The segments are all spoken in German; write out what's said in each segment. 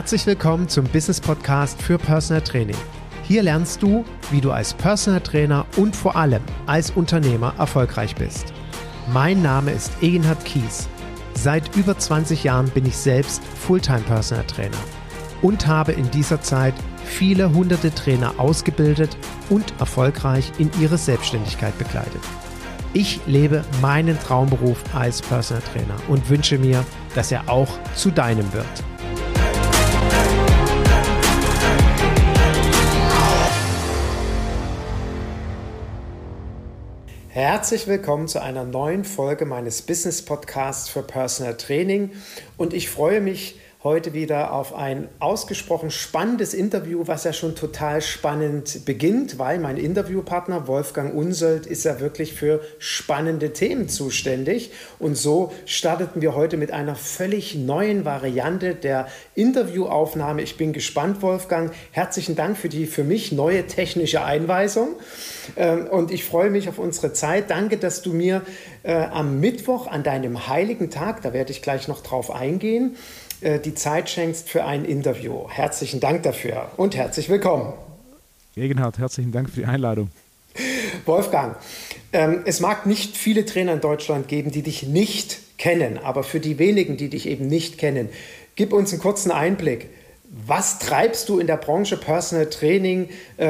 Herzlich willkommen zum Business Podcast für Personal Training. Hier lernst du, wie du als Personal Trainer und vor allem als Unternehmer erfolgreich bist. Mein Name ist Eginhard Kies. Seit über 20 Jahren bin ich selbst Fulltime Personal Trainer und habe in dieser Zeit viele hunderte Trainer ausgebildet und erfolgreich in ihre Selbstständigkeit begleitet. Ich lebe meinen Traumberuf als Personal Trainer und wünsche mir, dass er auch zu deinem wird. Herzlich willkommen zu einer neuen Folge meines Business Podcasts für Personal Training und ich freue mich heute wieder auf ein ausgesprochen spannendes Interview, was ja schon total spannend beginnt, weil mein Interviewpartner Wolfgang Unselt ist ja wirklich für spannende Themen zuständig. Und so starteten wir heute mit einer völlig neuen Variante der Interviewaufnahme. Ich bin gespannt, Wolfgang. Herzlichen Dank für die für mich neue technische Einweisung. Und ich freue mich auf unsere Zeit. Danke, dass du mir am Mittwoch, an deinem heiligen Tag, da werde ich gleich noch drauf eingehen, die Zeit schenkst für ein Interview. Herzlichen Dank dafür und herzlich willkommen. Eginhard, herzlichen Dank für die Einladung. Wolfgang, es mag nicht viele Trainer in Deutschland geben, die dich nicht kennen, aber für die wenigen, die dich eben nicht kennen, gib uns einen kurzen Einblick. Was treibst du in der Branche Personal Training?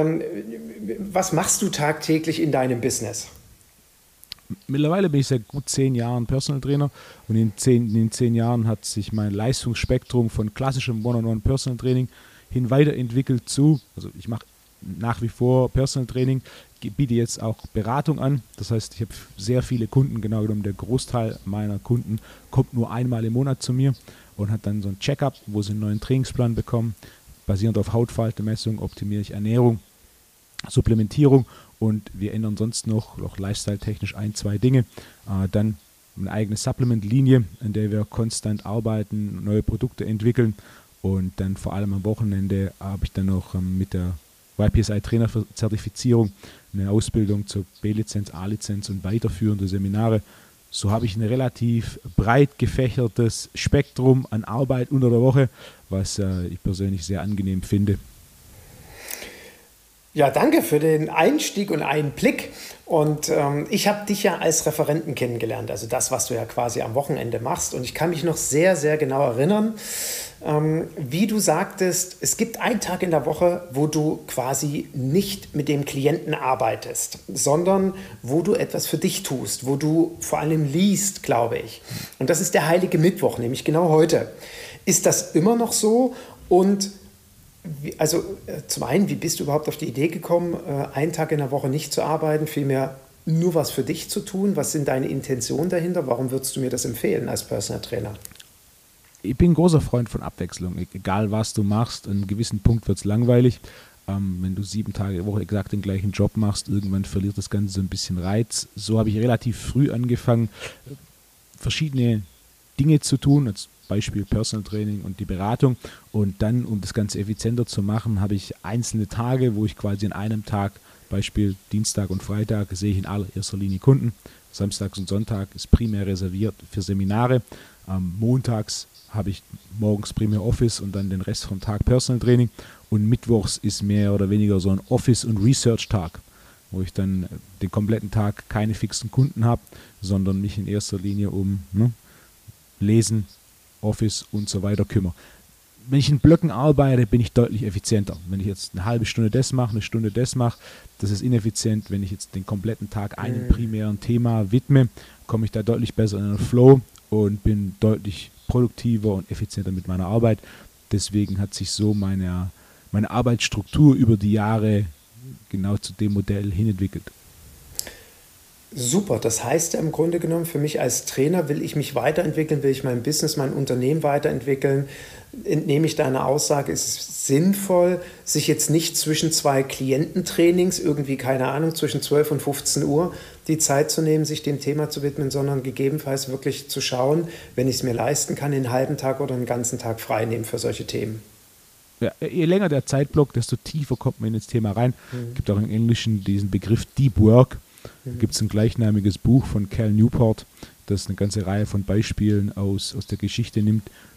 Was machst du tagtäglich in deinem Business? Mittlerweile bin ich seit gut 10 Jahren Personal Trainer und in den 10 Jahren hat sich mein Leistungsspektrum von klassischem One-on-One Personal Training hin weiterentwickelt zu, also ich mache nach wie vor Personal Training, biete jetzt auch Beratung an, das heißt ich habe sehr viele Kunden, genau genommen der Großteil meiner Kunden kommt nur einmal im Monat zu mir und hat dann so ein Check-up, wo sie einen neuen Trainingsplan bekommen, basierend auf Hautfaltenmessung, optimiere ich Ernährung, Supplementierung und wir ändern sonst noch lifestyle-technisch 1-2 Dinge. Dann eine eigene Supplement-Linie, an der wir konstant arbeiten, neue Produkte entwickeln und dann vor allem am Wochenende habe ich dann noch mit der YPSI-Trainer-Zertifizierung eine Ausbildung zur B-Lizenz, A-Lizenz und weiterführende Seminare. So habe ich ein relativ breit gefächertes Spektrum an Arbeit unter der Woche, was ich persönlich sehr angenehm finde. Ja, danke für den Einstieg und Einblick. Und ich habe dich ja als Referenten kennengelernt, also das, was du ja quasi am Wochenende machst. Und ich kann mich noch sehr, sehr genau erinnern, wie du sagtest, es gibt einen Tag in der Woche, wo du quasi nicht mit dem Klienten arbeitest, sondern wo du etwas für dich tust, wo du vor allem liest, glaube ich. Und das ist der Heilige Mittwoch, nämlich genau heute. Ist das immer noch so? Und also zum einen, wie bist du überhaupt auf die Idee gekommen, einen Tag in der Woche nicht zu arbeiten, vielmehr nur was für dich zu tun? Was sind deine Intentionen dahinter? Warum würdest du mir das empfehlen als Personal Trainer? Ich bin ein großer Freund von Abwechslung. Egal was du machst, an einem gewissen Punkt wird es langweilig. Wenn du 7 Tage die Woche exakt den gleichen Job machst, irgendwann verliert das Ganze so ein bisschen Reiz. So habe ich relativ früh angefangen, verschiedene Dinge zu tun, als Beispiel Personal Training und die Beratung. Und dann, um das Ganze effizienter zu machen, habe ich einzelne Tage, wo ich quasi an einem Tag, Beispiel Dienstag und Freitag, sehe ich in allererster Linie Kunden. Samstags und Sonntag ist primär reserviert für Seminare. Montags habe ich morgens primär Office und dann den Rest vom Tag Personal Training. Und mittwochs ist mehr oder weniger so ein Office- und Research-Tag, wo ich dann den kompletten Tag keine fixen Kunden habe, sondern mich in erster Linie um Lesen, Office und so weiter kümmere. Wenn ich in Blöcken arbeite, bin ich deutlich effizienter. Wenn ich jetzt eine halbe Stunde das mache, eine Stunde das mache, das ist ineffizient. Wenn ich jetzt den kompletten Tag einem primären Thema widme, komme ich da deutlich besser in den Flow und bin deutlich produktiver und effizienter mit meiner Arbeit. Deswegen hat sich so meine Arbeitsstruktur über die Jahre genau zu dem Modell hinentwickelt. Super, das heißt ja im Grunde genommen, für mich als Trainer will ich mich weiterentwickeln, will ich mein Business, mein Unternehmen weiterentwickeln. Entnehme ich deine Aussage, ist es sinnvoll, sich jetzt nicht zwischen 2 Kliententrainings, irgendwie, keine Ahnung, zwischen 12 und 15 Uhr die Zeit zu nehmen, sich dem Thema zu widmen, sondern gegebenenfalls wirklich zu schauen, wenn ich es mir leisten kann, einen halben Tag oder einen ganzen Tag frei nehmen für solche Themen. Ja, je länger der Zeitblock, desto tiefer kommt man in das Thema rein. Es gibt auch im Englischen diesen Begriff Deep Work. Da gibt es ein gleichnamiges Buch von Cal Newport, das eine ganze Reihe von Beispielen aus der Geschichte nimmt,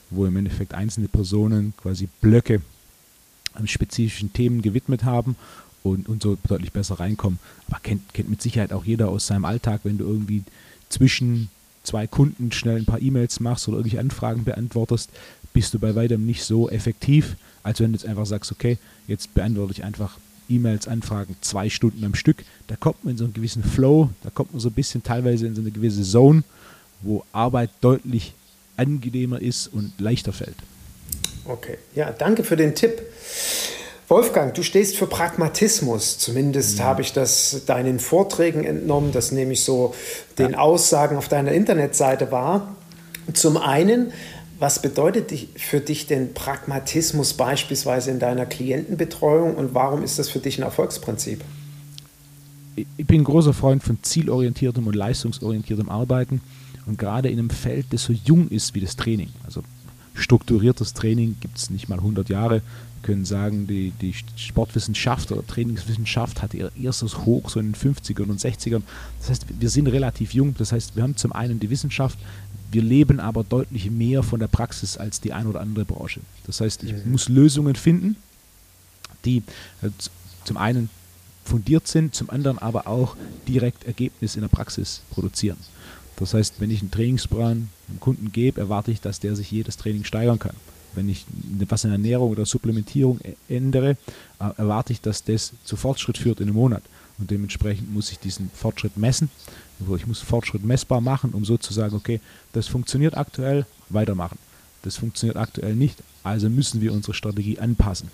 wo im Endeffekt einzelne Personen quasi Blöcke spezifischen Themen gewidmet haben und so deutlich besser reinkommen. Aber kennt mit Sicherheit auch jeder aus seinem Alltag, wenn du irgendwie zwischen zwei Kunden schnell ein paar E-Mails machst oder irgendwelche Anfragen beantwortest, bist du bei weitem nicht so effektiv, als wenn du jetzt einfach sagst, okay, jetzt beantworte ich einfach E-Mails, Anfragen 2 Stunden am Stück. Da kommt man in so einen gewissen Flow, da kommt man so ein bisschen teilweise in so eine gewisse Zone, wo Arbeit deutlich angenehmer ist und leichter fällt. Okay, ja, danke für den Tipp. Wolfgang, du stehst für Pragmatismus, zumindest habe ich das deinen Vorträgen entnommen, das nehme ich so den Aussagen auf deiner Internetseite wahr. Zum einen, was bedeutet für dich denn Pragmatismus beispielsweise in deiner Klientenbetreuung und warum ist das für dich ein Erfolgsprinzip? Ich bin ein großer Freund von zielorientiertem und leistungsorientiertem Arbeiten und gerade in einem Feld, das so jung ist wie das Training. Also strukturiertes Training gibt es nicht mal 100 Jahre. Wir können sagen, die Sportwissenschaft oder Trainingswissenschaft hatte ihr erstes Hoch so in den 50ern und 60ern. Das heißt, wir sind relativ jung. Das heißt, wir haben zum einen die Wissenschaft, wir leben aber deutlich mehr von der Praxis als die eine oder andere Branche. Das heißt, ich muss Lösungen finden, die zum einen fundiert sind, zum anderen aber auch direkt Ergebnis in der Praxis produzieren. Das heißt, wenn ich einen Trainingsplan dem Kunden gebe, erwarte ich, dass der sich jedes Training steigern kann. Wenn ich was in Ernährung oder Supplementierung ändere, erwarte ich, dass das zu Fortschritt führt in einem Monat. Und dementsprechend muss ich diesen Fortschritt messen. Ich muss Fortschritt messbar machen, um so zu sagen, okay, das funktioniert aktuell, weitermachen. Das funktioniert aktuell nicht, also müssen wir unsere Strategie anpassen.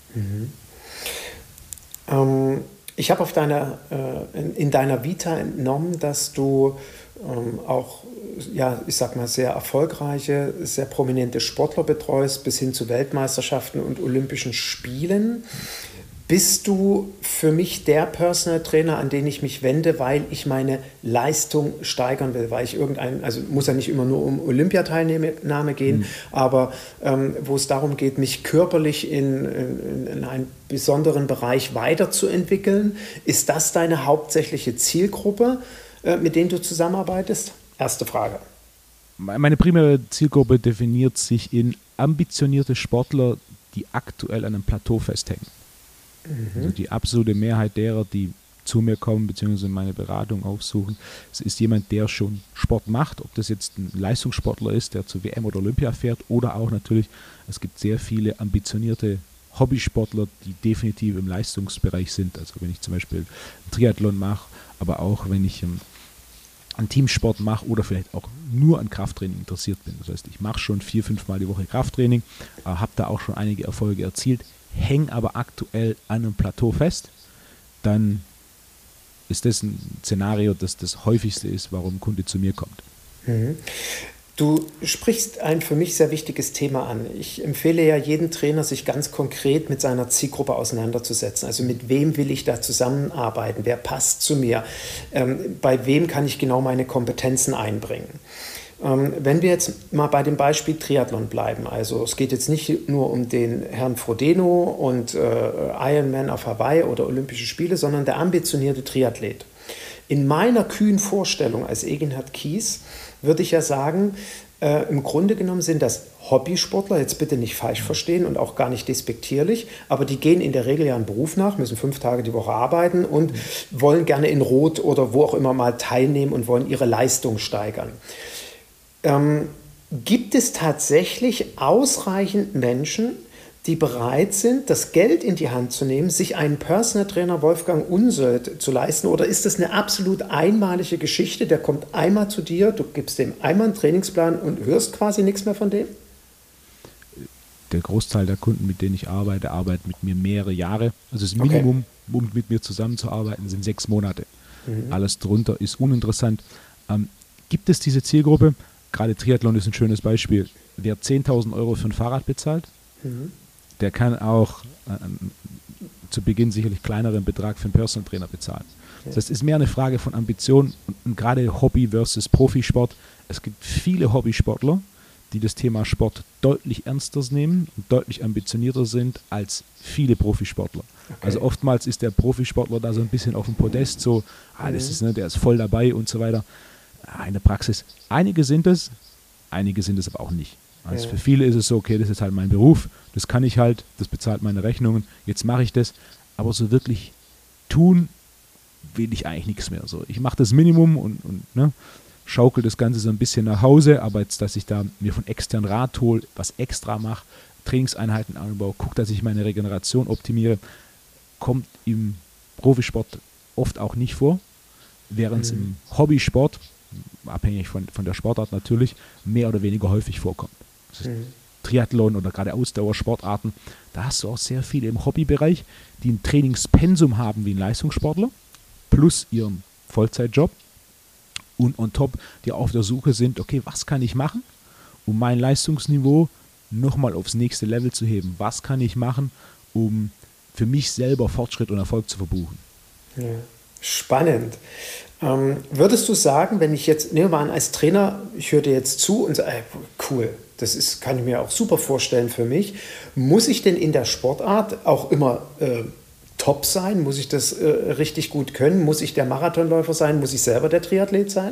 Ich habe in deiner Vita entnommen, dass du auch, ja, ich sag mal, sehr erfolgreiche, sehr prominente Sportler betreust, bis hin zu Weltmeisterschaften und Olympischen Spielen. Bist du für mich der Personal Trainer, an den ich mich wende, weil ich meine Leistung steigern will, weil ich also muss ja nicht immer nur um Olympiateilnahme gehen, aber wo es darum geht, mich körperlich in einen besonderen Bereich weiterzuentwickeln. Ist das deine hauptsächliche Zielgruppe, mit denen du zusammenarbeitest? Erste Frage. Meine primäre Zielgruppe definiert sich in ambitionierte Sportler, die aktuell an einem Plateau festhängen. Also die absolute Mehrheit derer, die zu mir kommen bzw. meine Beratung aufsuchen, es ist jemand, der schon Sport macht, ob das jetzt ein Leistungssportler ist, der zur WM oder Olympia fährt oder auch natürlich, es gibt sehr viele ambitionierte Hobbysportler, die definitiv im Leistungsbereich sind. Also wenn ich zum Beispiel einen Triathlon mache, aber auch wenn ich einen Teamsport mache oder vielleicht auch nur an Krafttraining interessiert bin. Das heißt, ich mache schon 4-5 Mal die Woche Krafttraining, habe da auch schon einige Erfolge erzielt, hänge aber aktuell an einem Plateau fest, dann ist das ein Szenario, das das häufigste ist, warum ein Kunde zu mir kommt. Du sprichst ein für mich sehr wichtiges Thema an. Ich empfehle ja jedem Trainer, sich ganz konkret mit seiner Zielgruppe auseinanderzusetzen. Also mit wem will ich da zusammenarbeiten? Wer passt zu mir? Bei wem kann ich genau meine Kompetenzen einbringen? Wenn wir jetzt mal bei dem Beispiel Triathlon bleiben, also es geht jetzt nicht nur um den Herrn Frodeno und Ironman auf Hawaii oder Olympische Spiele, sondern der ambitionierte Triathlet. In meiner kühnen Vorstellung als Eginhard Kies würde ich ja sagen, im Grunde genommen sind das Hobbysportler, jetzt bitte nicht falsch verstehen und auch gar nicht despektierlich, aber die gehen in der Regel ja einen Beruf nach, müssen 5 Tage die Woche arbeiten und wollen gerne in Rot oder wo auch immer mal teilnehmen und wollen ihre Leistung steigern. Gibt es tatsächlich ausreichend Menschen, die bereit sind, das Geld in die Hand zu nehmen, sich einen Personal Trainer Wolfgang Unseld zu leisten? Oder ist das eine absolut einmalige Geschichte? Der kommt einmal zu dir, du gibst dem einmal einen Trainingsplan und hörst quasi nichts mehr von dem? Der Großteil der Kunden, mit denen ich arbeite, arbeitet mit mir mehrere Jahre. Also das Minimum, um mit mir zusammenzuarbeiten, sind 6 Monate. Alles drunter ist uninteressant. Gibt es diese Zielgruppe? Gerade Triathlon ist ein schönes Beispiel. Wer 10.000 Euro für ein Fahrrad bezahlt, der kann auch zu Beginn sicherlich kleineren Betrag für einen Personal Trainer bezahlen. Das heißt, es ist mehr eine Frage von Ambition und gerade Hobby versus Profisport. Es gibt viele Hobbysportler, die das Thema Sport deutlich ernster nehmen und deutlich ambitionierter sind als viele Profisportler. Also oftmals ist der Profisportler da so ein bisschen auf dem Podest, so, das ist, der ist voll dabei und so weiter. In der Praxis, einige sind es aber auch nicht. Also für viele ist es so, okay, das ist halt mein Beruf, das kann ich halt, das bezahlt meine Rechnungen, jetzt mache ich das. Aber so wirklich tun will ich eigentlich nichts mehr. So, ich mache das Minimum und ne, schaukel das Ganze so ein bisschen nach Hause, aber jetzt, dass ich da mir von extern Rat hole, was extra mache, Trainingseinheiten anbaue, gucke, dass ich meine Regeneration optimiere, kommt im Profisport oft auch nicht vor, während es im Hobbysport, abhängig von der Sportart natürlich, mehr oder weniger häufig vorkommt. Triathlon oder gerade Ausdauersportarten, da hast du auch sehr viele im Hobbybereich, die ein Trainingspensum haben wie ein Leistungssportler, plus ihren Vollzeitjob und on top, die auf der Suche sind, okay, was kann ich machen, um mein Leistungsniveau nochmal aufs nächste Level zu heben? Was kann ich machen, um für mich selber Fortschritt und Erfolg zu verbuchen? Ja. Spannend. Würdest du sagen, wenn ich jetzt, nehmen wir mal an, als Trainer, ich höre dir jetzt zu und sage, cool, kann ich mir auch super vorstellen für mich. Muss ich denn in der Sportart auch immer top sein? Muss ich das richtig gut können? Muss ich der Marathonläufer sein? Muss ich selber der Triathlet sein?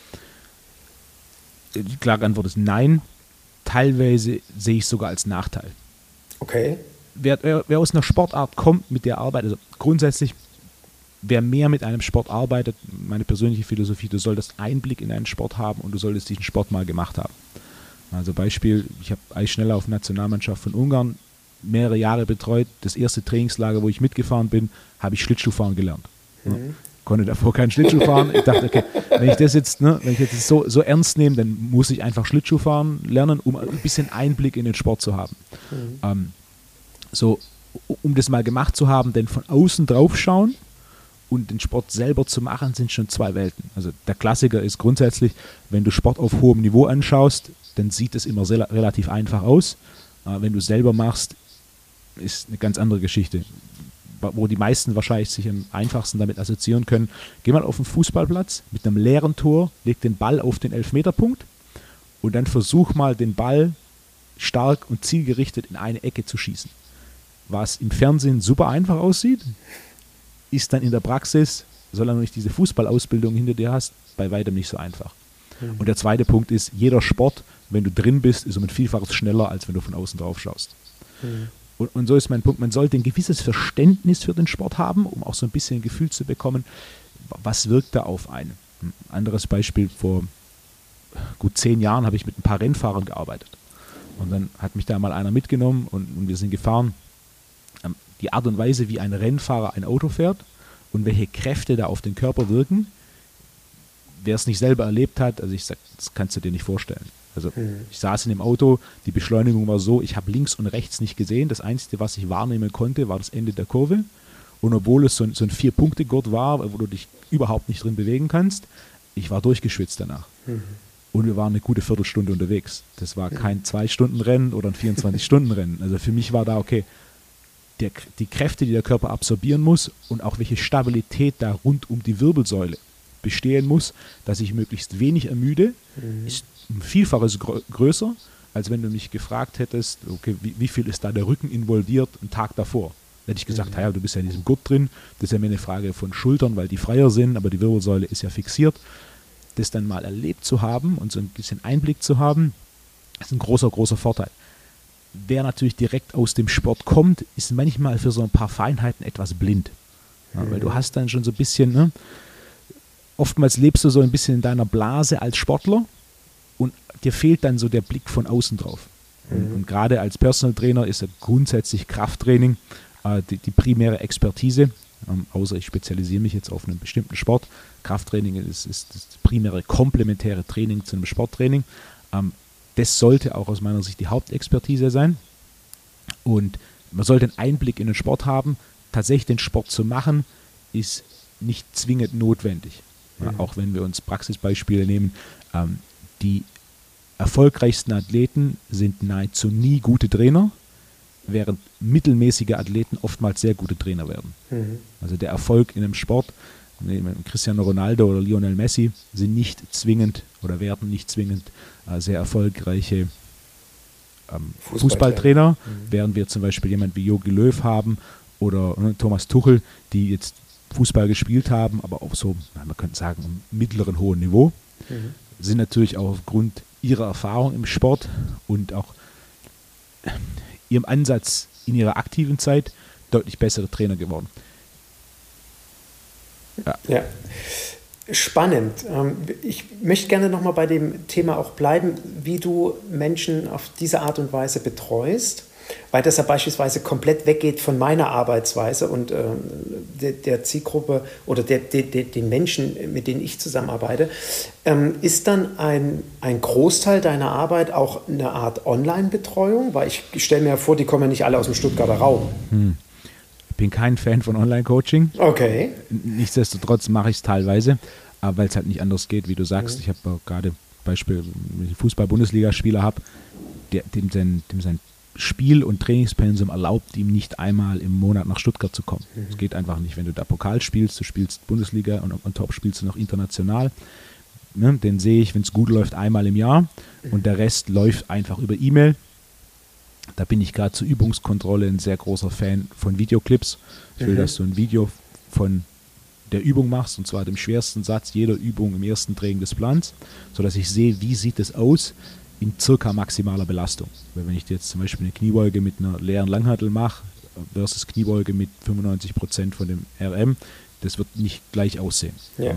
Die klare Antwort ist nein. Teilweise sehe ich sogar als Nachteil. Okay. Wer aus einer Sportart kommt, mit der Arbeit, also grundsätzlich, wer mehr mit einem Sport arbeitet, meine persönliche Philosophie, du solltest Einblick in einen Sport haben und du solltest diesen Sport mal gemacht haben. Also Beispiel, ich habe Eisschnelllauf-Nationalmannschaft von Ungarn mehrere Jahre betreut. Das erste Trainingslager, wo ich mitgefahren bin, habe ich Schlittschuhfahren gelernt. Ja, konnte davor keinen Schlittschuh fahren. Ich dachte, okay, wenn ich das jetzt so ernst nehme, dann muss ich einfach Schlittschuhfahren lernen, um ein bisschen Einblick in den Sport zu haben. Um das mal gemacht zu haben, denn von außen drauf schauen und den Sport selber zu machen, sind schon zwei Welten. Also der Klassiker ist grundsätzlich, wenn du Sport auf hohem Niveau anschaust, dann sieht es immer relativ einfach aus. Wenn du selber machst, ist eine ganz andere Geschichte. Wo die meisten wahrscheinlich sich am einfachsten damit assoziieren können. Geh mal auf den Fußballplatz mit einem leeren Tor, leg den Ball auf den Elfmeterpunkt und dann versuch mal den Ball stark und zielgerichtet in eine Ecke zu schießen. Was im Fernsehen super einfach aussieht, ist dann in der Praxis, solange du nicht diese Fußballausbildung hinter dir hast, bei weitem nicht so einfach. Und der zweite Punkt ist, jeder Sport, wenn du drin bist, ist um ein Vielfaches schneller, als wenn du von außen drauf schaust. Und so ist mein Punkt, man sollte ein gewisses Verständnis für den Sport haben, um auch so ein bisschen ein Gefühl zu bekommen, was wirkt da auf einen. Ein anderes Beispiel, vor gut 10 Jahren habe ich mit ein paar Rennfahrern gearbeitet. Und dann hat mich da mal einer mitgenommen und wir sind gefahren. Die Art und Weise, wie ein Rennfahrer ein Auto fährt und welche Kräfte da auf den Körper wirken, wer es nicht selber erlebt hat, also ich sage, das kannst du dir nicht vorstellen. Also ich saß in dem Auto, die Beschleunigung war so, ich habe links und rechts nicht gesehen. Das Einzige, was ich wahrnehmen konnte, war das Ende der Kurve. Und obwohl es so ein 4-Punkte-Gurt war, wo du dich überhaupt nicht drin bewegen kannst, ich war durchgeschwitzt danach. Und wir waren eine gute Viertelstunde unterwegs. Das war kein 2-Stunden-Rennen oder ein 24-Stunden-Rennen. Also für mich war da, okay, die Kräfte, die der Körper absorbieren muss und auch welche Stabilität da rund um die Wirbelsäule bestehen muss, dass ich möglichst wenig ermüde, ist ein Vielfaches größer, als wenn du mich gefragt hättest, okay, wie viel ist da der Rücken involviert einen Tag davor. Da hätte ich gesagt, ja, du bist ja in diesem Gurt drin, das ist ja mehr eine Frage von Schultern, weil die freier sind, aber die Wirbelsäule ist ja fixiert. Das dann mal erlebt zu haben und so ein bisschen Einblick zu haben, ist ein großer, großer Vorteil. Wer natürlich direkt aus dem Sport kommt, ist manchmal für so ein paar Feinheiten etwas blind. Ja, weil du hast dann schon so ein bisschen, ne, oftmals lebst du so ein bisschen in deiner Blase als Sportler und dir fehlt dann so der Blick von außen drauf. Und gerade als Personal Trainer ist ja grundsätzlich Krafttraining die primäre Expertise, außer ich spezialisiere mich jetzt auf einen bestimmten Sport. Krafttraining ist das primäre komplementäre Training zu einem Sporttraining. Das sollte auch aus meiner Sicht die Hauptexpertise sein. Und man sollte einen Einblick in den Sport haben. Tatsächlich den Sport zu machen, ist nicht zwingend notwendig. Ja, auch wenn wir uns Praxisbeispiele nehmen, die erfolgreichsten Athleten sind nahezu nie gute Trainer, während mittelmäßige Athleten oftmals sehr gute Trainer werden. Also der Erfolg in einem Sport, Cristiano Ronaldo oder Lionel Messi, sind nicht zwingend oder werden nicht zwingend sehr erfolgreiche Fußballtrainer, während wir zum Beispiel jemanden wie Jogi Löw haben oder Thomas Tuchel, die jetzt Fußball gespielt haben, aber auf so, man könnte sagen, mittleren hohen Niveau, sind natürlich auch aufgrund ihrer Erfahrung im Sport und auch ihrem Ansatz in ihrer aktiven Zeit deutlich bessere Trainer geworden. Ja. Spannend. Ich möchte gerne nochmal bei dem Thema auch bleiben, wie du Menschen auf diese Art und Weise betreust, weil das ja beispielsweise komplett weggeht von meiner Arbeitsweise und der Zielgruppe oder den Menschen, mit denen ich zusammenarbeite. Ist dann ein Großteil deiner Arbeit auch eine Art Online-Betreuung? Weil ich stelle mir vor, die kommen ja nicht alle aus dem Stuttgarter Raum. Ich bin kein Fan von Online-Coaching. Okay. Nichtsdestotrotz mache ich es teilweise, weil es halt nicht anders geht, wie du sagst. Ich habe gerade Beispiel, wenn ich einen Fußball-Bundesligaspieler habe, dem sein Spiel- und Trainingspensum erlaubt ihm nicht einmal im Monat nach Stuttgart zu kommen. Es geht einfach nicht, wenn du da Pokal spielst, du spielst Bundesliga und on top spielst du noch international. Ne, den sehe ich, wenn es gut läuft, einmal im Jahr und der Rest läuft einfach über E-Mail. Da bin ich gerade zur Übungskontrolle ein sehr großer Fan von Videoclips. Ich will, dass du ein Video von der Übung machst, und zwar dem schwersten Satz jeder Übung im ersten Training des Plans, sodass ich sehe, wie sieht es aus in circa maximaler Belastung. Weil wenn ich jetzt zum Beispiel eine Kniebeuge mit einer leeren Langhantel mache versus Kniebeuge mit 95% von dem RM, das wird nicht gleich aussehen. Ja.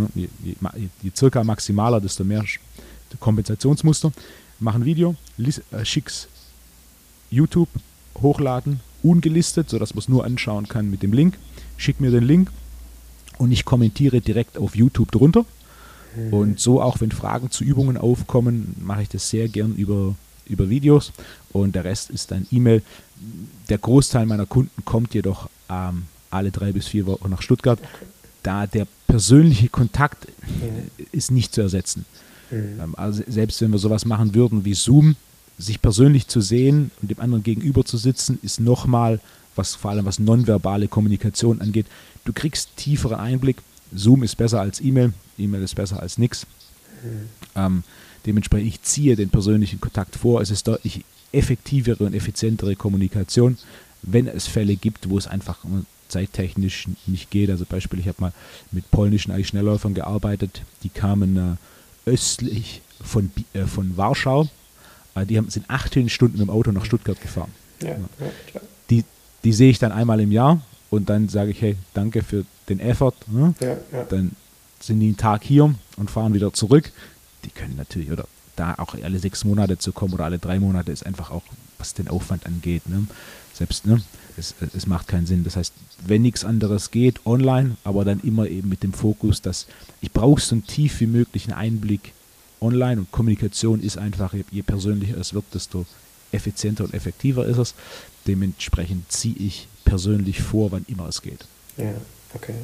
Je circa maximaler, desto mehr Kompensationsmuster. Mach ein Video, schick's YouTube, hochladen, ungelistet, sodass man es nur anschauen kann mit dem Link. Schick mir den Link und ich kommentiere direkt auf YouTube drunter. Und so auch, wenn Fragen zu Übungen aufkommen, mache ich das sehr gern über Videos und der Rest ist dann E-Mail. Der Großteil meiner Kunden kommt jedoch alle 3 bis 4 Wochen nach Stuttgart, da der persönliche Kontakt ist nicht zu ersetzen. Also selbst wenn wir sowas machen würden wie Zoom, sich persönlich zu sehen und dem anderen gegenüber zu sitzen, ist nochmal, vor allem was nonverbale Kommunikation angeht, du kriegst tieferen Einblick. Zoom ist besser als E-Mail, E-Mail ist besser als nichts. Dementsprechend, ich ziehe den persönlichen Kontakt vor. Es ist deutlich effektivere und effizientere Kommunikation, wenn es Fälle gibt, wo es einfach zeittechnisch nicht geht. Also Beispiel, ich habe mal mit polnischen Eisschnellläufern gearbeitet, die kamen östlich von Warschau. Die sind 18 Stunden mit dem Auto nach Stuttgart gefahren. Ja, die sehe ich dann einmal im Jahr und dann sage ich, hey, danke für den Effort. Ne? Dann sind die einen Tag hier und fahren wieder zurück. Die können natürlich, oder da auch alle 6 Monate zu kommen oder alle 3 Monate ist einfach auch, was den Aufwand angeht. Ne? Selbst, es macht keinen Sinn. Das heißt, wenn nichts anderes geht, online, aber dann immer eben mit dem Fokus, dass ich brauche so einen tief wie möglichen Einblick online und Kommunikation ist einfach, je persönlicher es wird, desto effizienter und effektiver ist es. Dementsprechend ziehe ich persönlich vor, wann immer es geht. Ja, okay.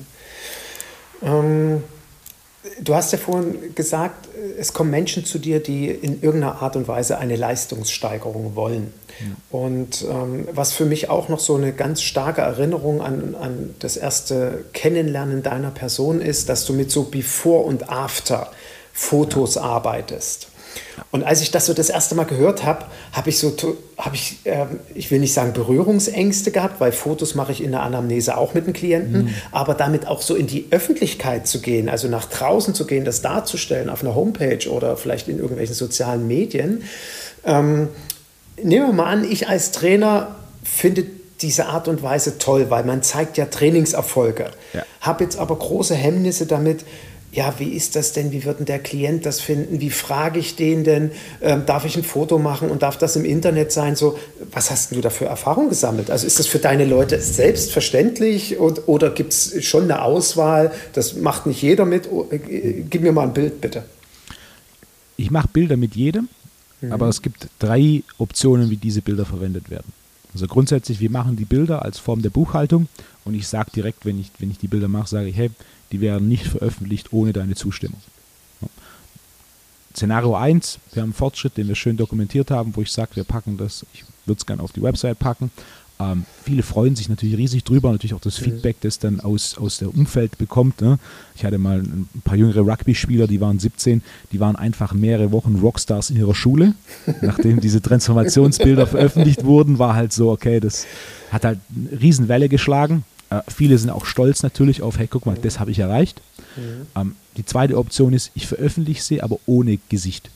Du hast ja vorhin gesagt, es kommen Menschen zu dir, die in irgendeiner Art und Weise eine Leistungssteigerung wollen. Und was für mich auch noch so eine ganz starke Erinnerung an das erste Kennenlernen deiner Person ist, dass du mit so Before- und After-Fotos arbeitest. Und als ich das so das erste Mal gehört habe, habe ich ich will nicht sagen Berührungsängste gehabt, weil Fotos mache ich in der Anamnese auch mit den Klienten, aber damit auch so in die Öffentlichkeit zu gehen, also nach draußen zu gehen, das darzustellen auf einer Homepage oder vielleicht in irgendwelchen sozialen Medien. Nehmen wir mal an, ich als Trainer finde diese Art und Weise toll, weil man zeigt ja Trainingserfolge. Ja. Habe jetzt aber große Hemmnisse damit. Ja, wie ist das denn? Wie wird denn der Klient das finden? Wie frage ich den denn? Darf ich ein Foto machen und darf das im Internet sein? So, was hast du da für Erfahrung gesammelt? Also ist das für deine Leute selbstverständlich oder gibt es schon eine Auswahl? Das macht nicht jeder mit. Gib mir mal ein Bild, bitte. Ich mache Bilder mit jedem, aber es gibt 3 Optionen, wie diese Bilder verwendet werden. Also grundsätzlich, wir machen die Bilder als Form der Buchhaltung und ich sage direkt, wenn ich die Bilder mache, sage ich, hey, die werden nicht veröffentlicht ohne deine Zustimmung. Ja. Szenario 1, wir haben einen Fortschritt, den wir schön dokumentiert haben, wo ich sage, wir packen das, ich würde es gerne auf die Website packen. Viele freuen sich natürlich riesig drüber, natürlich auch das Feedback, das dann aus der Umfeld bekommt. Ne? Ich hatte mal ein paar jüngere Rugby-Spieler, die waren 17, die waren einfach mehrere Wochen Rockstars in ihrer Schule. Nachdem diese Transformationsbilder veröffentlicht wurden, war halt so, okay, das hat halt eine Riesenwelle geschlagen. Viele sind auch stolz natürlich auf, hey, guck mal, das habe ich erreicht. Die zweite Option ist, ich veröffentliche sie, aber ohne Gesicht.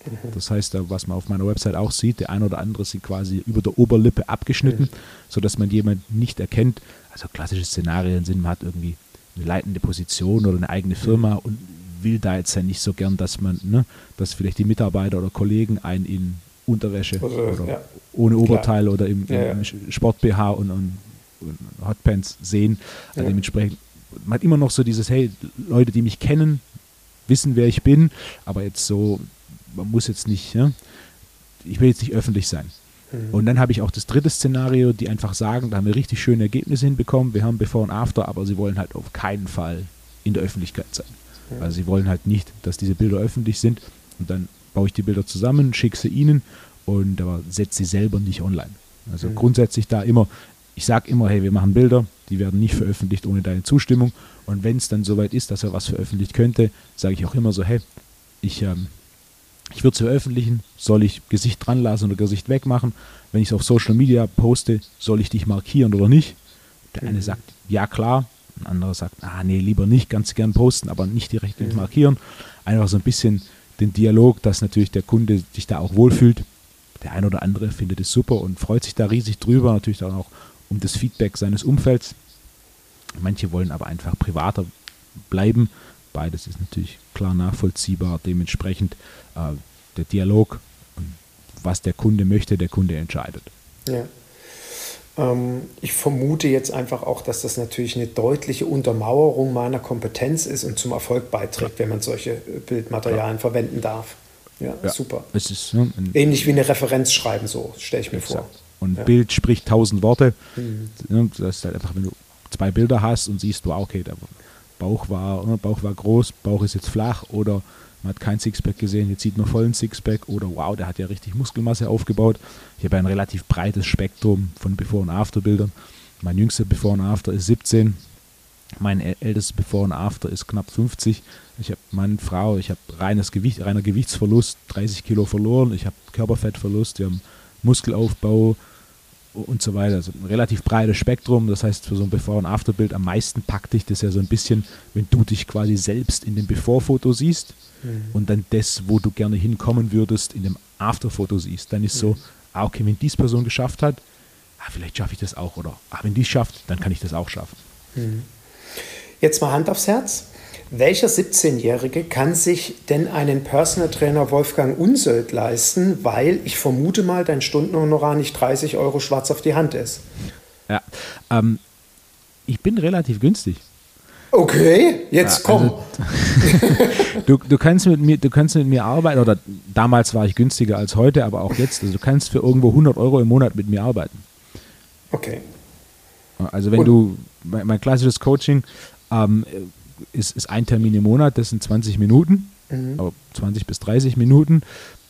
Das heißt, was man auf meiner Website auch sieht, der eine oder andere sind quasi über der Oberlippe abgeschnitten, sodass man jemanden nicht erkennt. Also klassische Szenarien sind, man hat irgendwie eine leitende Position oder eine eigene Firma und will da jetzt ja nicht so gern, dass man, dass vielleicht die Mitarbeiter oder Kollegen einen in Unterwäsche oder ohne Oberteil oder im Sport-BH und Hotpants sehen. Also dementsprechend, man hat immer noch so dieses, hey, Leute, die mich kennen, wissen, wer ich bin, aber jetzt so, man muss jetzt nicht, ich will jetzt nicht öffentlich sein. Und dann habe ich auch das dritte Szenario, die einfach sagen, da haben wir richtig schöne Ergebnisse hinbekommen, wir haben Before und After, aber sie wollen halt auf keinen Fall in der Öffentlichkeit sein. Also sie wollen halt nicht, dass diese Bilder öffentlich sind und dann baue ich die Bilder zusammen, schicke sie ihnen und aber setze sie selber nicht online. Also grundsätzlich da immer, ich sage immer, hey, wir machen Bilder, die werden nicht veröffentlicht ohne deine Zustimmung und wenn es dann soweit ist, dass er was veröffentlicht könnte, sage ich auch immer so, hey, ich würde es veröffentlichen, soll ich Gesicht dran lassen oder Gesicht wegmachen? Wenn ich es auf Social Media poste, soll ich dich markieren oder nicht? Der eine sagt, ja klar, ein anderer sagt, nee, lieber nicht, ganz gern posten, aber nicht direkt markieren. Einfach so ein bisschen den Dialog, dass natürlich der Kunde sich da auch wohlfühlt. Der eine oder andere findet es super und freut sich da riesig drüber, natürlich dann auch um das Feedback seines Umfelds. Manche wollen aber einfach privater bleiben. Beides ist natürlich klar nachvollziehbar. Dementsprechend der Dialog und was der Kunde möchte, der Kunde entscheidet. Ja. Ich vermute jetzt einfach auch, dass das natürlich eine deutliche Untermauerung meiner Kompetenz ist und zum Erfolg beiträgt, wenn man solche Bildmaterialien verwenden darf. Ja, super. Es ist, ähnlich wie eine Referenz schreiben, so stelle ich mir vor. Und Bild spricht 1000 Worte. Das ist halt einfach, wenn du 2 Bilder hast und siehst, wow, okay, der Bauch war groß, Bauch ist jetzt flach oder man hat kein Sixpack gesehen, jetzt sieht man vollen Sixpack oder wow, der hat ja richtig Muskelmasse aufgebaut. Ich habe ein relativ breites Spektrum von Before- und After-Bildern. Mein jüngster Before und After ist 17, mein ältestes Before und After ist knapp 50. Ich habe Mann, Frau, ich habe reiner Gewichtsverlust, 30 Kilo verloren, ich habe Körperfettverlust, wir haben Muskelaufbau und so weiter. Also ein relativ breites Spektrum, das heißt für so ein Before- und After-Bild am meisten packt dich das ja so ein bisschen, wenn du dich quasi selbst in dem Before-Foto siehst und dann das, wo du gerne hinkommen würdest, in dem After-Foto siehst. Dann ist so, okay, wenn dies Person geschafft hat, vielleicht schaffe ich das auch oder wenn die es schafft, dann kann ich das auch schaffen. Jetzt mal Hand aufs Herz. Welcher 17-Jährige kann sich denn einen Personal Trainer Wolfgang Unsöld leisten, weil ich vermute mal, dein Stundenhonorar nicht 30 € schwarz auf die Hand ist? Ja, ich bin relativ günstig. Okay, jetzt komm. Also, du kannst mit mir arbeiten, oder damals war ich günstiger als heute, aber auch jetzt, also du kannst für irgendwo 100 € im Monat mit mir arbeiten. Okay. Also wenn mein klassisches Coaching ist ein Termin im Monat, das sind 20 Minuten, 20 bis 30 Minuten.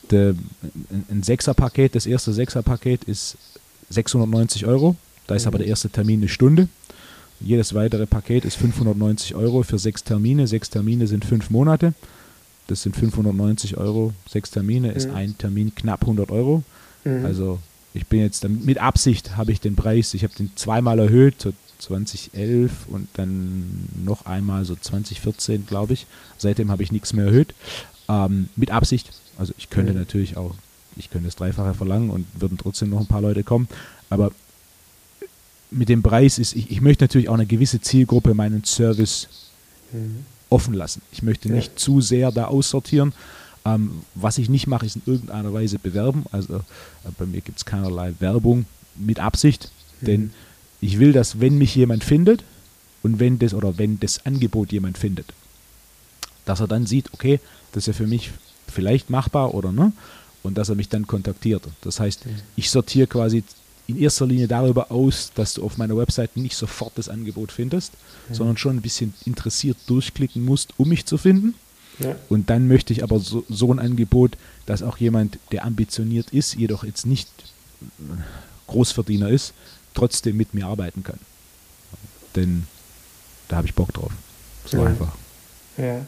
Ein Sechser-Paket, das erste Sechser-Paket ist 690 €, da ist aber der erste Termin eine Stunde. Jedes weitere Paket ist 590 € für 6 Termine. 6 Termine sind 5 Monate. Das sind 590 €. 6 Termine ist ein Termin knapp 100 €. Also ich bin jetzt, mit Absicht habe ich den Preis, ich habe den zweimal erhöht, so 2011 und dann noch einmal so 2014, glaube ich. Seitdem habe ich nichts mehr erhöht. Mit Absicht. Also ich könnte natürlich auch, ich könnte das Dreifache verlangen und würden trotzdem noch ein paar Leute kommen. Aber mit dem Preis ist, ich möchte natürlich auch eine gewisse Zielgruppe meinen Service offen lassen. Ich möchte nicht zu sehr da aussortieren. Was ich nicht mache, ist in irgendeiner Weise bewerben. Also bei mir gibt es keinerlei Werbung mit Absicht, denn ich will, dass wenn mich jemand findet und wenn das Angebot jemand findet, dass er dann sieht, okay, das ist ja für mich vielleicht machbar oder ne, und dass er mich dann kontaktiert. Das heißt, ich sortiere quasi in erster Linie darüber aus, dass du auf meiner Website nicht sofort das Angebot findest, sondern schon ein bisschen interessiert durchklicken musst, um mich zu finden. Ja. Und dann möchte ich aber so ein Angebot, dass auch jemand, der ambitioniert ist, jedoch jetzt nicht Großverdiener ist, trotzdem mit mir arbeiten kann. Denn da habe ich Bock drauf. So einfach. Ja.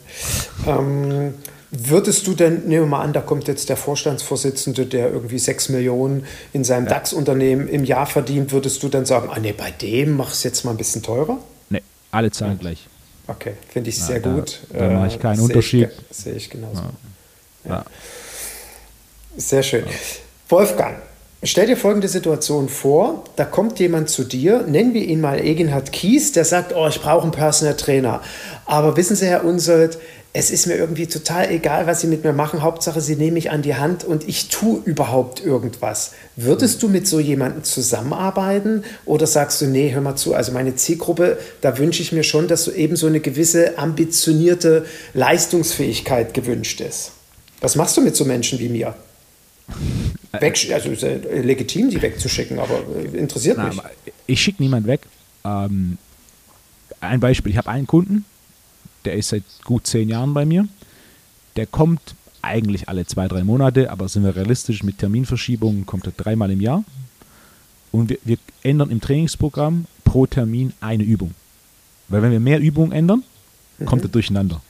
Würdest du denn, nehmen wir mal an, da kommt jetzt der Vorstandsvorsitzende, der irgendwie 6 Millionen in seinem DAX-Unternehmen im Jahr verdient, würdest du dann sagen, nee, bei dem mach es jetzt mal ein bisschen teurer? Nee, alle zahlen gleich. Okay, finde ich sehr gut. Da mache ich keinen Unterschied. Sehe ich genauso. Ja. Sehr schön. Wolfgang, stell dir folgende Situation vor, da kommt jemand zu dir, nennen wir ihn mal Eginhard Kies, der sagt, oh, ich brauche einen Personal Trainer. Aber wissen Sie, Herr Unsold, es ist mir irgendwie total egal, was Sie mit mir machen. Hauptsache, Sie nehmen mich an die Hand und ich tue überhaupt irgendwas. Würdest du mit so jemandem zusammenarbeiten oder sagst du, nee, hör mal zu, also meine Zielgruppe, da wünsche ich mir schon, dass so eben so eine gewisse ambitionierte Leistungsfähigkeit gewünscht ist. Was machst du mit so Menschen wie mir? Also ist ja legitim, die wegzuschicken, aber interessiert mich. Ich schicke niemand weg. Ein Beispiel, ich habe einen Kunden, der ist seit gut 10 Jahren bei mir. Der kommt eigentlich alle 2-3 Monate, aber sind wir realistisch, mit Terminverschiebungen kommt er 3-mal im Jahr. Und wir ändern im Trainingsprogramm pro Termin eine Übung. Weil wenn wir mehr Übungen ändern, kommt er durcheinander.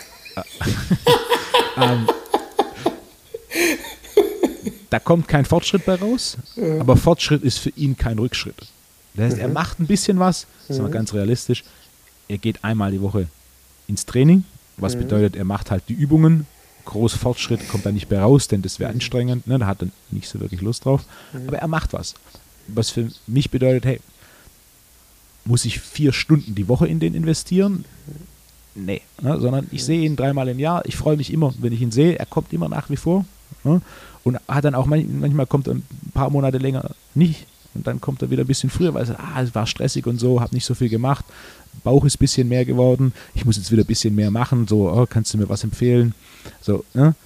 Da kommt kein Fortschritt bei raus, aber Fortschritt ist für ihn kein Rückschritt. Das heißt, er macht ein bisschen was, das ist mal ganz realistisch. Er geht einmal die Woche ins Training, was bedeutet, er macht halt die Übungen. Groß Fortschritt kommt da nicht mehr raus, denn das wäre anstrengend, ne? Da hat er nicht so wirklich Lust drauf. Aber er macht was. Was für mich bedeutet, hey, muss ich 4 Stunden die Woche in den investieren? Nee, ne? Sondern ich sehe ihn 3-mal im Jahr. Ich freue mich immer, wenn ich ihn sehe. Er kommt immer nach wie vor. Ne? Und hat dann auch manchmal kommt er ein paar Monate länger nicht. Und dann kommt er wieder ein bisschen früher, weil er sagt, es war stressig und so, habe nicht so viel gemacht. Bauch ist ein bisschen mehr geworden. Ich muss jetzt wieder ein bisschen mehr machen. So, oh, kannst du mir was empfehlen? So, ne?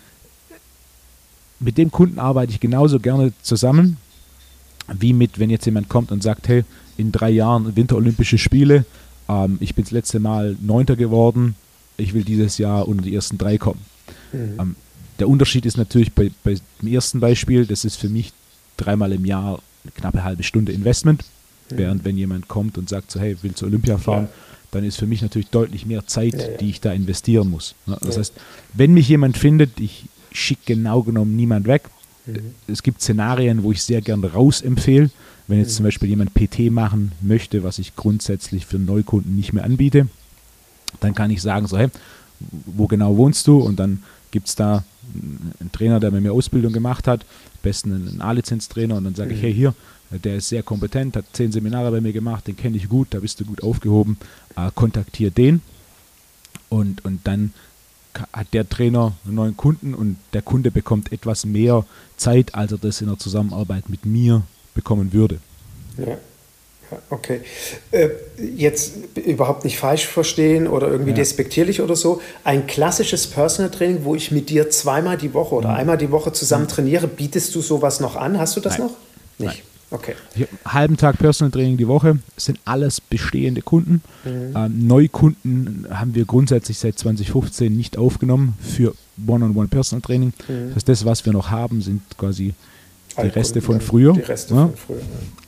Mit dem Kunden arbeite ich genauso gerne zusammen, wie mit, wenn jetzt jemand kommt und sagt, hey, in 3 Jahren Winterolympische Spiele, ich bin das letzte Mal 9. geworden, ich will dieses Jahr unter die ersten 3 kommen. Der Unterschied ist natürlich bei dem ersten Beispiel, das ist für mich 3-mal im Jahr eine knappe halbe Stunde Investment, während wenn jemand kommt und sagt so, hey, will zur Olympia fahren, dann ist für mich natürlich deutlich mehr Zeit, die ich da investieren muss. Das heißt, wenn mich jemand findet, ich schicke genau genommen niemand weg. Es gibt Szenarien, wo ich sehr gerne raus empfehle, wenn jetzt zum Beispiel jemand PT machen möchte, was ich grundsätzlich für Neukunden nicht mehr anbiete, dann kann ich sagen so, hey, wo genau wohnst du? Und dann gibt es da einen Trainer, der bei mir Ausbildung gemacht hat, am besten einen A-Lizenz-Trainer, und dann sage ich, hey, hier, der ist sehr kompetent, hat 10 Seminare bei mir gemacht, den kenne ich gut, da bist du gut aufgehoben, kontaktiere den, und dann hat der Trainer einen neuen Kunden und der Kunde bekommt etwas mehr Zeit, als er das in der Zusammenarbeit mit mir bekommen würde. Ja. Okay. Jetzt überhaupt nicht falsch verstehen oder irgendwie despektierlich oder so. Ein klassisches Personal Training, wo ich mit dir 2-mal die Woche oder einmal die Woche zusammen trainiere, bietest du sowas noch an? Hast du das noch? Nicht? Nein. Okay. Ich habe einen halben Tag Personal Training die Woche. Das sind alles bestehende Kunden. Neukunden haben wir grundsätzlich seit 2015 nicht aufgenommen für One-on-One Personal Training. Das heißt, das, was wir noch haben, sind quasi die Reste von früher. Die Reste von früher.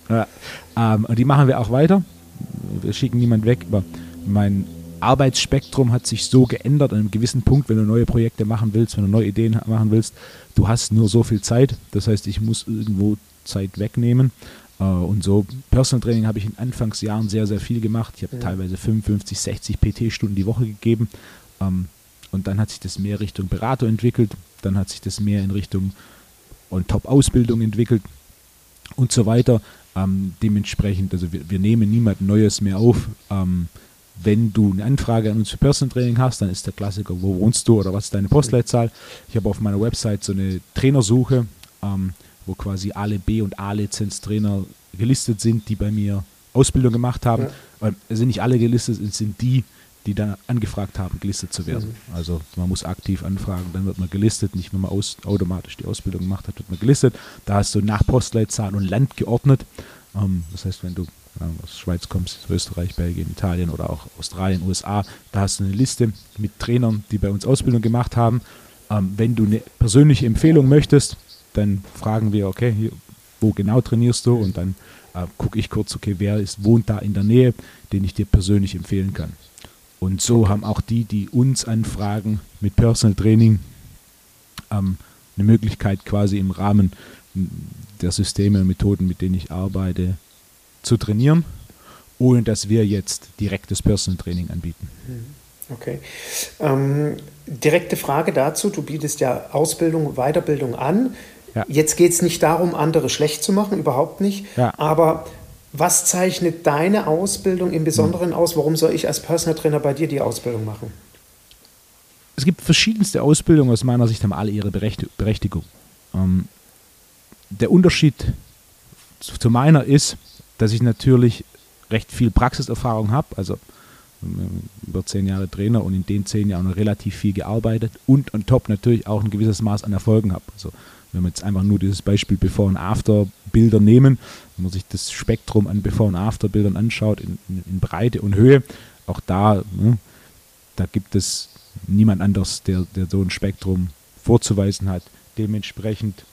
Und die machen wir auch weiter. Wir schicken niemand weg, aber mein Arbeitsspektrum hat sich so geändert an einem gewissen Punkt, wenn du neue Projekte machen willst, wenn du neue Ideen machen willst, du hast nur so viel Zeit. Das heißt, ich muss irgendwo Zeit wegnehmen. Und so Personal Training habe ich in Anfangsjahren sehr, sehr viel gemacht. Ich habe teilweise 55, 60 PT-Stunden die Woche gegeben. Und dann hat sich das mehr Richtung Berater entwickelt. Dann hat sich das mehr in Richtung On-Top-Ausbildung entwickelt und so weiter. Dementsprechend, also wir nehmen niemand Neues mehr auf. Wenn du eine Anfrage an uns für Personal Training hast, dann ist der Klassiker, wo wohnst du oder was ist deine Postleitzahl? Ich habe auf meiner Website so eine Trainersuche, wo quasi alle B- und A-Lizenz-Trainer gelistet sind, die bei mir Ausbildung gemacht haben. Es sind nicht alle gelistet, es sind die dann angefragt haben, gelistet zu werden. Also man muss aktiv anfragen, dann wird man gelistet, nicht wenn man automatisch die Ausbildung gemacht hat, wird man gelistet. Da hast du nach Postleitzahl und Land geordnet. Das heißt, wenn du aus Schweiz kommst, Österreich, Belgien, Italien oder auch Australien, USA, da hast du eine Liste mit Trainern, die bei uns Ausbildung gemacht haben. Wenn du eine persönliche Empfehlung möchtest, dann fragen wir, okay, hier, wo genau trainierst du? Und dann gucke ich kurz, okay, wer wohnt da in der Nähe, den ich dir persönlich empfehlen kann. Und so haben auch die uns anfragen mit Personal Training, eine Möglichkeit quasi im Rahmen der Systeme und Methoden, mit denen ich arbeite, zu trainieren, ohne dass wir jetzt direktes Personal Training anbieten. Okay. Direkte Frage dazu, du bietest ja Ausbildung, Weiterbildung an. Ja. Jetzt geht es nicht darum, andere schlecht zu machen, überhaupt nicht. Ja. Aber was zeichnet deine Ausbildung im Besonderen aus? Warum soll ich als Personal Trainer bei dir die Ausbildung machen? Es gibt verschiedenste Ausbildungen, aus meiner Sicht haben alle ihre Berechtigung. Der Unterschied zu meiner ist, dass ich natürlich recht viel Praxiserfahrung habe, also über 10 Jahre Trainer und in den 10 Jahren noch relativ viel gearbeitet und on top natürlich auch ein gewisses Maß an Erfolgen habe. Also wenn wir jetzt einfach nur dieses Beispiel Before- und After-Bilder nehmen, wenn man sich das Spektrum an Before- und After-Bildern anschaut, in Breite und Höhe, auch da, da gibt es niemand anders, der so ein Spektrum vorzuweisen hat. Dementsprechend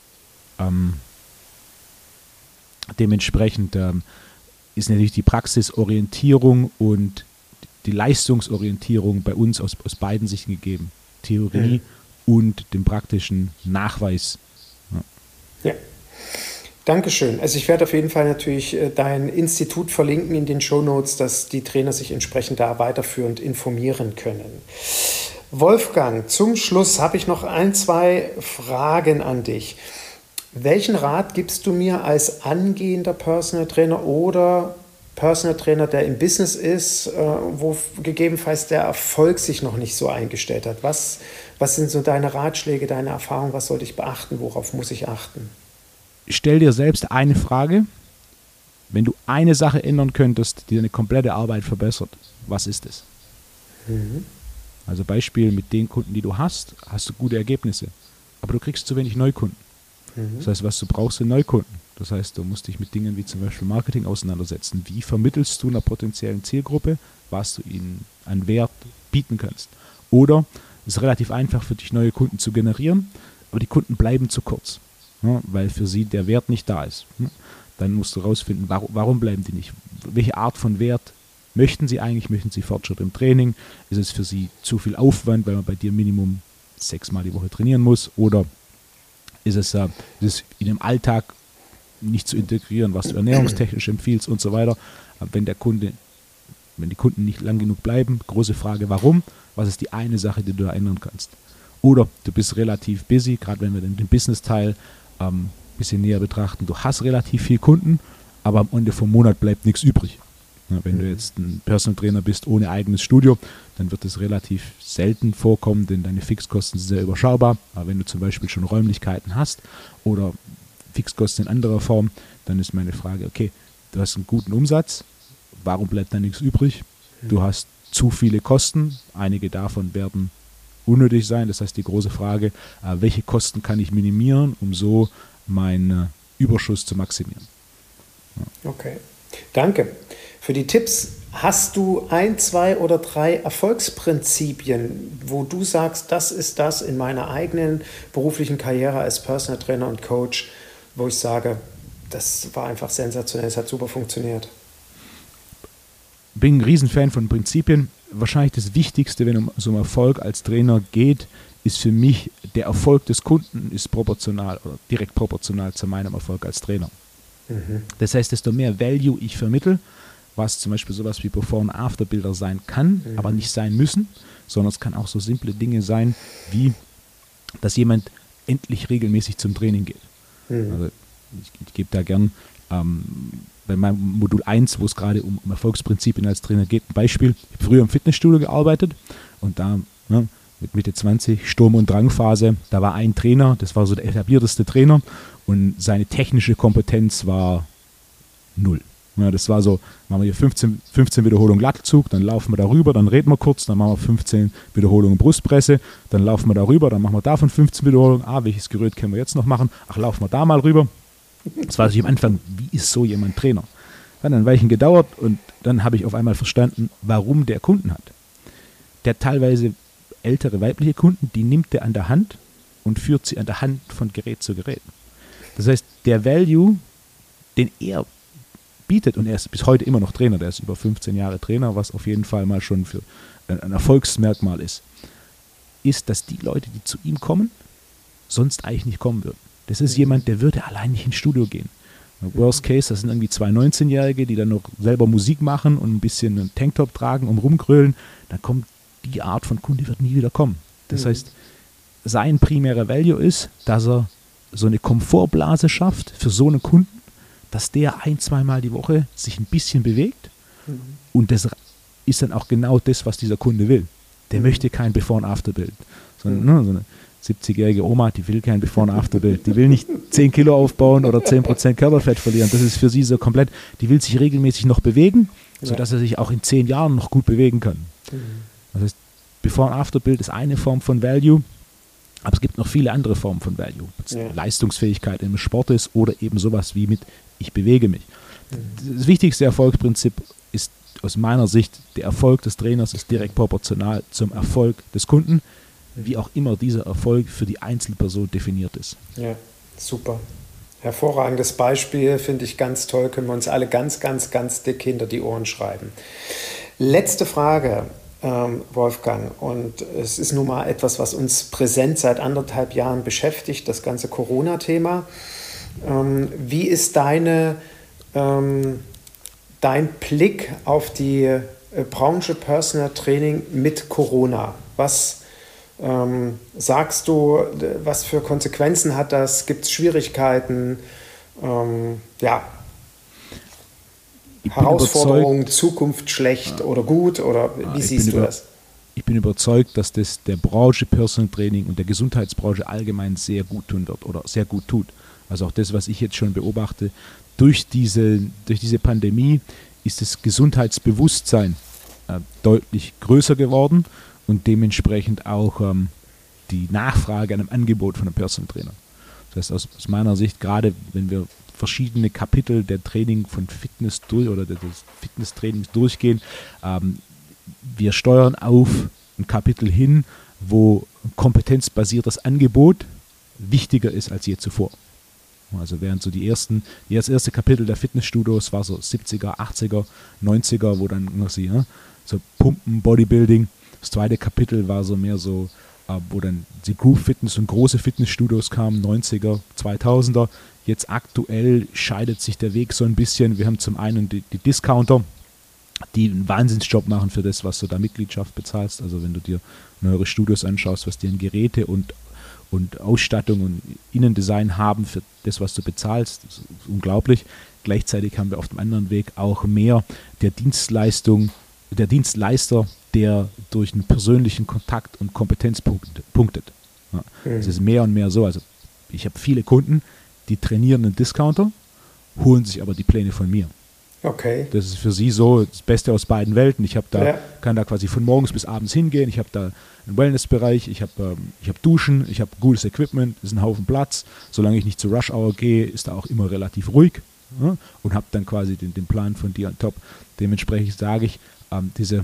ist natürlich die Praxisorientierung und die Leistungsorientierung bei uns aus beiden Sichten gegeben. Theorie und dem praktischen Nachweis. Ja. Dankeschön. Also ich werde auf jeden Fall natürlich dein Institut verlinken in den Shownotes, dass die Trainer sich entsprechend da weiterführend informieren können. Wolfgang, zum Schluss habe ich noch 2 Fragen an dich. Welchen Rat gibst du mir als angehender Personal Trainer oder Personal Trainer, der im Business ist, wo gegebenenfalls der Erfolg sich noch nicht so eingestellt hat? Was sind so deine Ratschläge, deine Erfahrungen? Was sollte ich beachten? Worauf muss ich achten? Stell dir selbst eine Frage. Wenn du eine Sache ändern könntest, die deine komplette Arbeit verbessert, was ist es? Also Beispiel, mit den Kunden, die du hast du gute Ergebnisse. Aber du kriegst zu wenig Neukunden. Das heißt, was du brauchst, sind Neukunden. Das heißt, du musst dich mit Dingen wie zum Beispiel Marketing auseinandersetzen. Wie vermittelst du einer potenziellen Zielgruppe, was du ihnen an Wert bieten kannst? Oder es ist relativ einfach für dich, neue Kunden zu generieren, aber die Kunden bleiben zu kurz, weil für sie der Wert nicht da ist. Dann musst du herausfinden, warum bleiben die nicht? Welche Art von Wert möchten sie eigentlich? Möchten sie Fortschritt im Training? Ist es für sie zu viel Aufwand, weil man bei dir Minimum 6 Mal die Woche trainieren muss? Oder ist es in dem Alltag nicht zu integrieren, was du ernährungstechnisch empfiehlst und so weiter. Aber wenn die Kunden nicht lang genug bleiben, große Frage, warum? Was ist die eine Sache, die du da ändern kannst? Oder du bist relativ busy, gerade wenn wir den Business-Teil ein bisschen näher betrachten. Du hast relativ viele Kunden, aber am Ende vom Monat bleibt nichts übrig. Ja, wenn du jetzt ein Personal Trainer bist ohne eigenes Studio, dann wird es relativ selten vorkommen, denn deine Fixkosten sind sehr überschaubar. Aber wenn du zum Beispiel schon Räumlichkeiten hast oder Fixkosten in anderer Form, dann ist meine Frage, okay, du hast einen guten Umsatz, warum bleibt da nichts übrig? Du hast zu viele Kosten, einige davon werden unnötig sein. Das heißt, die große Frage, welche Kosten kann ich minimieren, um so meinen Überschuss zu maximieren? Ja. Okay, danke für die Tipps. Hast du 1, 2 oder 3 Erfolgsprinzipien, wo du sagst, das ist das in meiner eigenen beruflichen Karriere als Personal Trainer und Coach, wo ich sage, das war einfach sensationell, es hat super funktioniert? Bin ein Riesenfan von Prinzipien. Wahrscheinlich das Wichtigste, wenn es um Erfolg als Trainer geht, ist für mich, der Erfolg des Kunden ist proportional oder direkt proportional zu meinem Erfolg als Trainer. Das heißt, desto mehr Value ich vermittle, was zum Beispiel sowas wie Before- und After-Bilder sein kann, aber nicht sein müssen, sondern es kann auch so simple Dinge sein, wie, dass jemand endlich regelmäßig zum Training geht. Also ich gebe da gern bei meinem Modul 1, wo es gerade um Erfolgsprinzipien als Trainer geht, ein Beispiel. Ich habe früher im Fitnessstudio gearbeitet und da mit Mitte 20, Sturm- und Drangphase, da war ein Trainer, das war so der etablierteste Trainer und seine technische Kompetenz war 0. Ja, das war so, machen wir hier 15 Wiederholungen Lattelzug, dann laufen wir darüber, dann reden wir kurz, dann machen wir 15 Wiederholungen Brustpresse, dann laufen wir darüber, dann machen wir davon 15 Wiederholungen. Welches Gerät können wir jetzt noch machen? Laufen wir da mal rüber. Das war natürlich am Anfang, wie ist so jemand Trainer? Hat ein Weilchen gedauert und dann habe ich auf einmal verstanden, warum der Kunden hat. Der teilweise ältere weibliche Kunden, die nimmt er an der Hand und führt sie an der Hand von Gerät zu Gerät. Das heißt, der Value, den er bietet, und er ist bis heute immer noch Trainer, der ist über 15 Jahre Trainer, was auf jeden Fall mal schon für ein Erfolgsmerkmal ist, dass die Leute, die zu ihm kommen, sonst eigentlich nicht kommen würden. Das ist jemand, der würde allein nicht ins Studio gehen. Worst Case, das sind irgendwie 2 19-Jährige, die dann noch selber Musik machen und ein bisschen einen Tanktop tragen, rumgrölen, dann kommt die Art von Kunde, die wird nie wieder kommen. Das heißt, sein primärer Value ist, dass er so eine Komfortblase schafft für so einen Kunden, dass der 1-2 Mal die Woche sich ein bisschen bewegt und das ist dann auch genau das, was dieser Kunde will. Der möchte kein Before- und After-Bild, sondern so eine 70-jährige Oma, die will kein Before- und After-Bild. Die will nicht 10 Kilo aufbauen oder 10% Körperfett verlieren. Das ist für sie so komplett, die will sich regelmäßig noch bewegen, sodass er sich auch in 10 Jahren noch gut bewegen kann. Das heißt, Before- und After-Bild ist eine Form von Value, aber es gibt noch viele andere Formen von Value. Leistungsfähigkeit im Sport ist oder eben sowas wie mit ich bewege mich. Das wichtigste Erfolgsprinzip ist aus meiner Sicht, der Erfolg des Trainers ist direkt proportional zum Erfolg des Kunden, wie auch immer dieser Erfolg für die Einzelperson definiert ist. Ja, super. Hervorragendes Beispiel, finde ich ganz toll, können wir uns alle ganz, ganz, ganz dick hinter die Ohren schreiben. Letzte Frage, Wolfgang, und es ist nun mal etwas, was uns präsent seit 1,5 Jahren beschäftigt, das ganze Corona-Thema. Wie ist dein Blick auf die Branche Personal Training mit Corona? Was sagst du, was für Konsequenzen hat das? Gibt es Schwierigkeiten? Herausforderungen, Zukunft schlecht oder gut? Oder wie siehst du das? Ich bin überzeugt, dass das der Branche Personal Training und der Gesundheitsbranche allgemein sehr gut tun wird oder sehr gut tut. Also auch das, was ich jetzt schon beobachte, durch diese Pandemie ist das Gesundheitsbewusstsein deutlich größer geworden und dementsprechend auch die Nachfrage an einem Angebot von einem Personal Trainer. Das heißt, aus meiner Sicht, gerade wenn wir verschiedene Kapitel der Training von Fitness oder des Fitnesstrainings durchgehen, wir steuern auf ein Kapitel hin, wo kompetenzbasiertes Angebot wichtiger ist als je zuvor. Also während so das erste Kapitel der Fitnessstudios war so 70er, 80er, 90er, wo dann so Pumpen, Bodybuilding. Das zweite Kapitel war so mehr so, wo dann die Group Fitness und große Fitnessstudios kamen, 90er, 2000er. Jetzt aktuell scheidet sich der Weg so ein bisschen. Wir haben zum einen die Discounter, die einen Wahnsinnsjob machen für das, was du da Mitgliedschaft bezahlst. Also wenn du dir neuere Studios anschaust, was die an Geräte und Ausstattung und Innendesign haben für das, was du bezahlst, das ist unglaublich. Gleichzeitig haben wir auf dem anderen Weg auch mehr der Dienstleister, der durch einen persönlichen Kontakt und Kompetenz punktet. Ja, es ist mehr und mehr so. Also ich habe viele Kunden, die trainieren einen Discounter, holen sich aber die Pläne von mir. Okay. Das ist für sie so das Beste aus beiden Welten. Ich kann da quasi von morgens bis abends hingehen. Ich habe da einen Wellnessbereich, ich habe Duschen, ich habe gutes Equipment, ist ein Haufen Platz. Solange ich nicht zu Rush Hour gehe, ist da auch immer relativ ruhig, ja, und habe dann quasi den Plan von dir on top. Dementsprechend sage ich, diese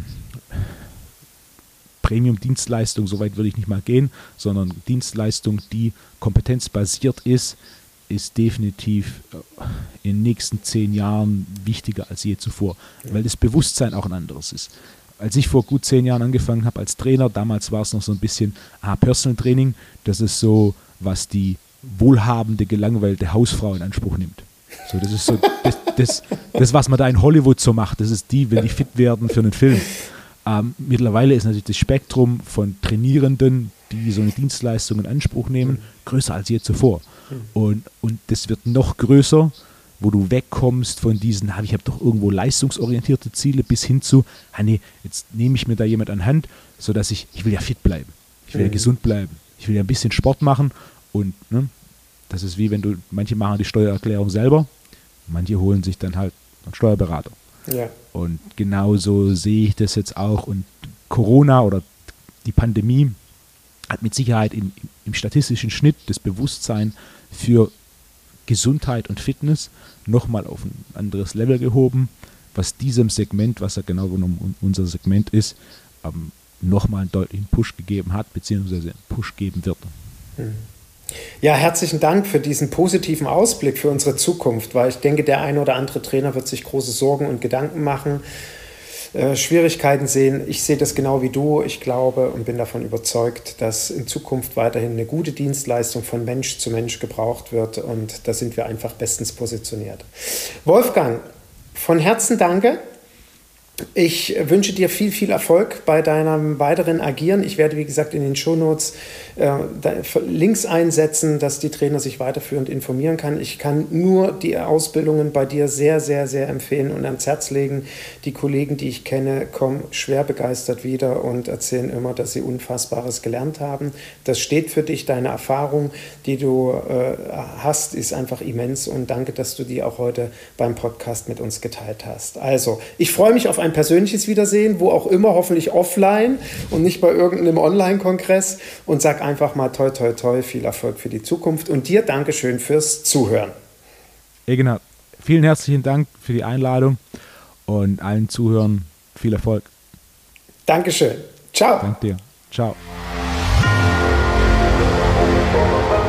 Premium-Dienstleistung, so weit würde ich nicht mal gehen, sondern Dienstleistung, die kompetenzbasiert ist definitiv in den nächsten 10 Jahren wichtiger als je zuvor, weil das Bewusstsein auch ein anderes ist. Als ich vor gut 10 Jahren angefangen habe als Trainer, damals war es noch so ein bisschen Personal Training, das ist so, was die wohlhabende, gelangweilte Hausfrau in Anspruch nimmt. So, das ist so das, was man da in Hollywood so macht, das ist wenn die fit werden für einen Film. Mittlerweile ist natürlich das Spektrum von Trainierenden, die so eine Dienstleistung in Anspruch nehmen, größer als je zuvor. Und das wird noch größer, wo du wegkommst von diesen, ich habe doch irgendwo leistungsorientierte Ziele, bis hin zu, nee, jetzt nehme ich mir da jemand an Hand, sodass ich will ja fit bleiben, ich will ja gesund bleiben, ich will ja ein bisschen Sport machen und das ist wie wenn manche machen die Steuererklärung selber, manche holen sich dann halt einen Steuerberater. Ja. Und genauso sehe ich das jetzt auch. Und Corona oder die Pandemie hat mit Sicherheit im statistischen Schnitt das Bewusstsein für Gesundheit und Fitness nochmal auf ein anderes Level gehoben, was diesem Segment, was ja genau genommen unser Segment ist, nochmal einen deutlichen Push gegeben hat, beziehungsweise einen Push geben wird. Ja, herzlichen Dank für diesen positiven Ausblick für unsere Zukunft, weil ich denke, der ein oder andere Trainer wird sich große Sorgen und Gedanken machen, Schwierigkeiten sehen. Ich sehe das genau wie du. Ich glaube und bin davon überzeugt, dass in Zukunft weiterhin eine gute Dienstleistung von Mensch zu Mensch gebraucht wird und da sind wir einfach bestens positioniert. Wolfgang, von Herzen danke. Ich wünsche dir viel, viel Erfolg bei deinem weiteren Agieren. Ich werde, wie gesagt, in den Shownotes Links einsetzen, dass die Trainer sich weiterführend informieren kann. Ich kann nur die Ausbildungen bei dir sehr, sehr, sehr empfehlen und ans Herz legen. Die Kollegen, die ich kenne, kommen schwer begeistert wieder und erzählen immer, dass sie Unfassbares gelernt haben. Das steht für dich. Deine Erfahrung, die du hast, ist einfach immens und danke, dass du die auch heute beim Podcast mit uns geteilt hast. Also, ich freue mich auf ein persönliches Wiedersehen, wo auch immer, hoffentlich offline und nicht bei irgendeinem Online-Kongress und sag einfach mal toi, toi, toi, viel Erfolg für die Zukunft und dir Dankeschön fürs Zuhören. Genau. Vielen herzlichen Dank für die Einladung und allen Zuhörern viel Erfolg. Dankeschön. Ciao. Danke dir. Ciao.